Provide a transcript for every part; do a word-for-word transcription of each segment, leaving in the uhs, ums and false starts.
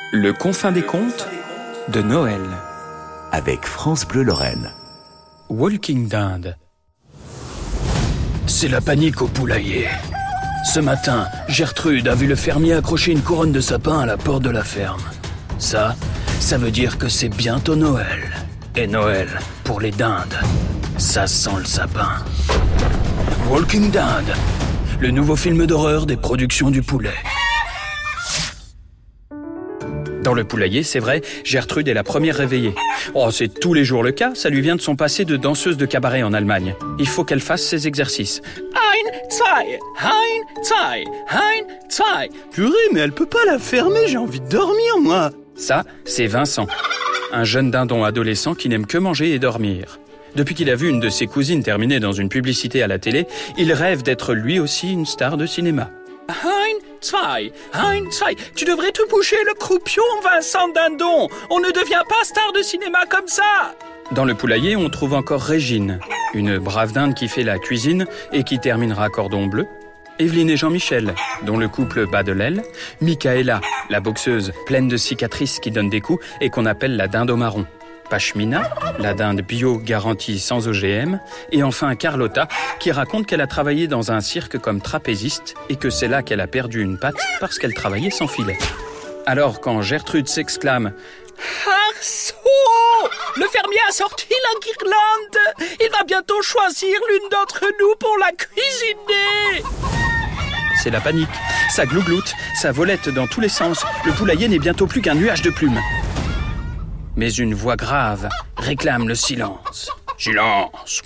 Le confin des contes de Noël. Avec France Bleu Lorraine. Walking Dinde. C'est la panique au poulailler. Ce matin, Gertrude a vu le fermier accrocher une couronne de sapin à la porte de la ferme. Ça, ça veut dire que c'est bientôt Noël. Et Noël, pour les dindes, ça sent le sapin. Walking Dinde, le nouveau film d'horreur des productions du poulet. Dans le poulailler, c'est vrai, Gertrude est la première réveillée. Oh, c'est tous les jours le cas, ça lui vient de son passé de danseuse de cabaret en Allemagne. Il faut qu'elle fasse ses exercices. Ein, zwei, ein, zwei, ein, zwei. Purée, mais elle peut pas la fermer, j'ai envie de dormir, moi. Ça, c'est Vincent, un jeune dindon adolescent qui n'aime que manger et dormir. Depuis qu'il a vu une de ses cousines terminer dans une publicité à la télé, il rêve d'être lui aussi une star de cinéma. Ein, zwei, ein, zwei. Tu devrais te boucher le croupion, Vincent Dindon. On ne devient pas star de cinéma comme ça. Dans le poulailler, on trouve encore Régine, une brave dinde qui fait la cuisine et qui terminera cordon bleu. Evelyne et Jean-Michel, dont le couple bat de l'aile. Michaela, la boxeuse pleine de cicatrices qui donne des coups et qu'on appelle la dinde au marron. Pashmina, la dinde bio garantie sans O G M, et enfin Carlotta, qui raconte qu'elle a travaillé dans un cirque comme trapéziste et que c'est là qu'elle a perdu une patte parce qu'elle travaillait sans filet. Alors quand Gertrude s'exclame « Arceau ! Le fermier a sorti la guirlande. Il va bientôt choisir l'une d'entre nous pour la cuisiner !» C'est la panique, ça glougloute, ça volette dans tous les sens. Le poulailler n'est bientôt plus qu'un nuage de plumes. Mais une voix grave réclame le silence. Silence.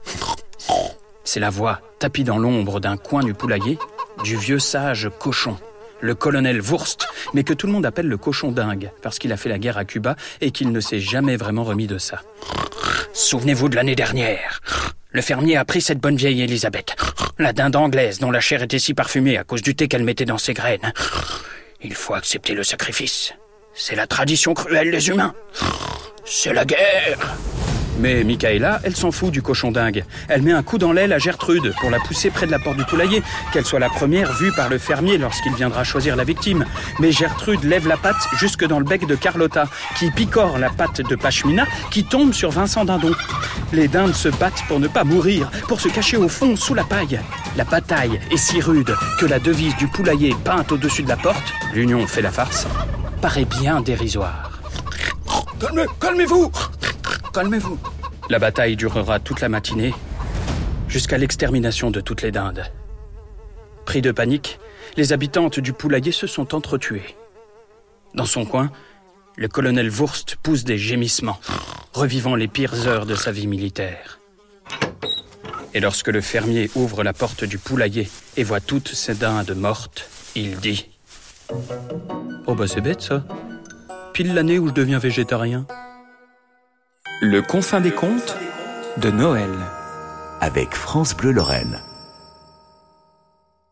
C'est la voix, tapie dans l'ombre d'un coin du poulailler, du vieux sage cochon, le colonel Wurst, mais que tout le monde appelle le cochon dingue, parce qu'il a fait la guerre à Cuba et qu'il ne s'est jamais vraiment remis de ça. Souvenez-vous de l'année dernière. Le fermier a pris cette bonne vieille Elisabeth, la dinde anglaise dont la chair était si parfumée à cause du thé qu'elle mettait dans ses graines. Il faut accepter le sacrifice. C'est la tradition cruelle des humains. C'est la guerre. Mais Michaela, elle s'en fout du cochon dingue. Elle met un coup dans l'aile à Gertrude pour la pousser près de la porte du poulailler, qu'elle soit la première vue par le fermier lorsqu'il viendra choisir la victime. Mais Gertrude lève la patte jusque dans le bec de Carlotta, qui picore la patte de Pashmina, qui tombe sur Vincent Dindon. Les dindes se battent pour ne pas mourir, pour se cacher au fond, sous la paille. La bataille est si rude que la devise du poulailler peinte au-dessus de la porte, « L'union fait la farce », paraît bien dérisoire. Calmez, calmez-vous Calmez-vous. La bataille durera toute la matinée, jusqu'à l'extermination de toutes les dindes. Pris de panique, les habitantes du poulailler se sont entretuées. Dans son coin, le colonel Wurst pousse des gémissements, revivant les pires heures de sa vie militaire. Et lorsque le fermier ouvre la porte du poulailler et voit toutes ces dindes mortes, il dit « Oh bah c'est bête ça, pile l'année où je deviens végétarien. » Le confin des contes de Noël. Avec France Bleu Lorraine.